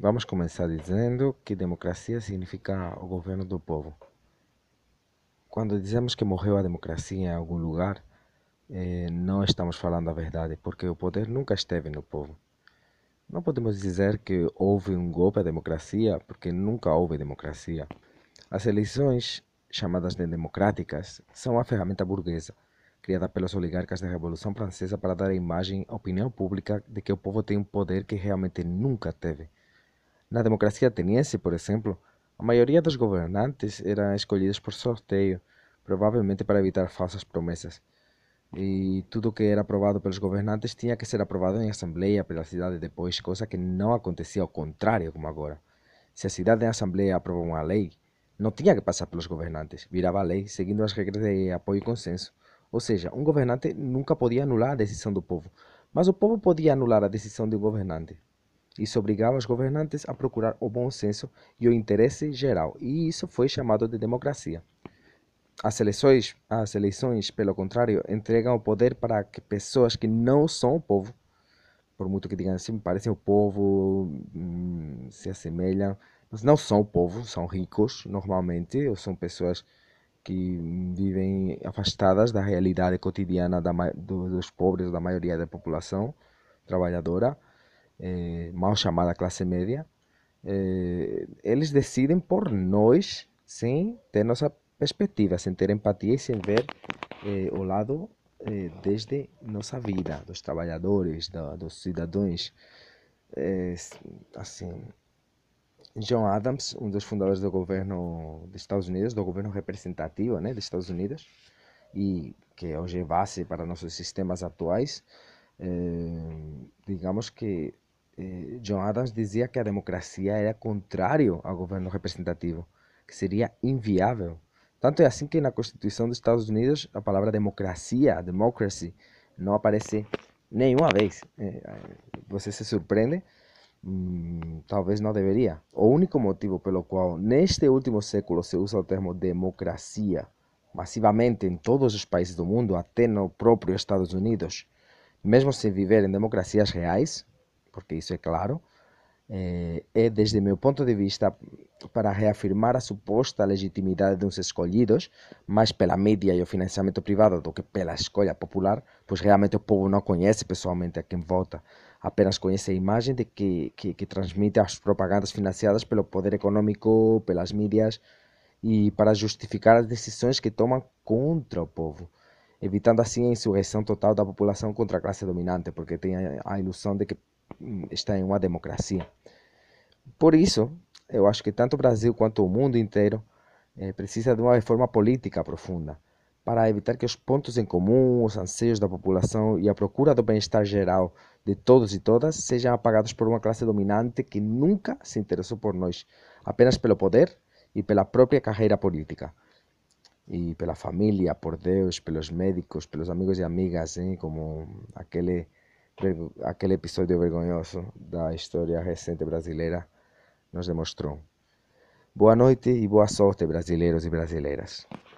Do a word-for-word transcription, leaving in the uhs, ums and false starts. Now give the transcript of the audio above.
Vamos começar dizendo que democracia significa o governo do povo. Quando dizemos que morreu a democracia em algum lugar, eh, não estamos falando a verdade, porque o poder nunca esteve no povo. Não podemos dizer que houve um golpe à democracia, porque nunca houve democracia. As eleições, chamadas de democráticas, são uma ferramenta burguesa, criada pelos oligarcas da Revolução Francesa para dar a imagem à opinião pública de que o povo tem um poder que realmente nunca teve. Na democracia ateniense, por exemplo, a maioria dos governantes eram escolhidos por sorteio, provavelmente para evitar falsas promessas. E tudo que era aprovado pelos governantes tinha que ser aprovado em assembleia pela cidade depois, coisa que não acontecia ao contrário como agora. Se a cidade em assembleia aprovava uma lei, não tinha que passar pelos governantes, virava lei seguindo as regras de apoio e consenso. Ou seja, um governante nunca podia anular a decisão do povo, mas o povo podia anular a decisão de um governante. Isso obrigava os governantes a procurar o bom senso e o interesse geral, e isso foi chamado de democracia. As eleições, as eleições, pelo contrário, entregam o poder para que pessoas que não são o povo, por muito que digam assim, parecem o povo, hum, se assemelham, mas não são o povo, são ricos normalmente, ou são pessoas que vivem afastadas da realidade cotidiana da, dos pobres, da maioria da população trabalhadora, eh, mal chamada classe média, eh, eles decidem por nós sem ter nossa perspectiva, sem ter empatia e sem ver eh, o lado eh, desde nossa vida, dos trabalhadores, da, dos cidadãos. Eh, assim, John Adams, um dos fundadores do governo dos Estados Unidos, do governo representativo, né, dos Estados Unidos, e que hoje é base para nossos sistemas atuais, eh, digamos que eh, John Adams dizia que a democracia era contrário ao governo representativo, que seria inviável. Tanto é assim que na Constituição dos Estados Unidos a palavra democracia, democracy, não aparece nenhuma vez. Eh, você se surpreende? Hum, talvez não deveria. O único motivo pelo qual neste último século se usa o termo democracia massivamente em todos os países do mundo, até no próprio Estados Unidos, mesmo sem viver em democracias reais, porque isso é claro, é, é desde meu ponto de vista para reafirmar a suposta legitimidade de uns escolhidos, mais pela mídia e o financiamento privado do que pela escolha popular, pois realmente o povo não conhece pessoalmente a quem vota, apenas conhece a imagem de que, que, que transmite as propagandas financiadas pelo poder econômico, pelas mídias e para justificar as decisões que tomam contra o povo, evitando assim a insurreição total da população contra a classe dominante, porque tem a, a ilusão de que hum, está em uma democracia. Por isso, eu acho que tanto o Brasil quanto o mundo inteiro eh, precisa de uma reforma política profunda, para evitar que os pontos em comum, os anseios da população e a procura do bem-estar geral de todos e todas sejam apagados por uma classe dominante que nunca se interessou por nós, apenas pelo poder e pela própria carreira política. E pela família, por Deus, pelos médicos, pelos amigos e amigas, hein? Como aquele, aquele episódio vergonhoso da história recente brasileira nos demonstrou. Boa noite e boa sorte, brasileiros e brasileiras.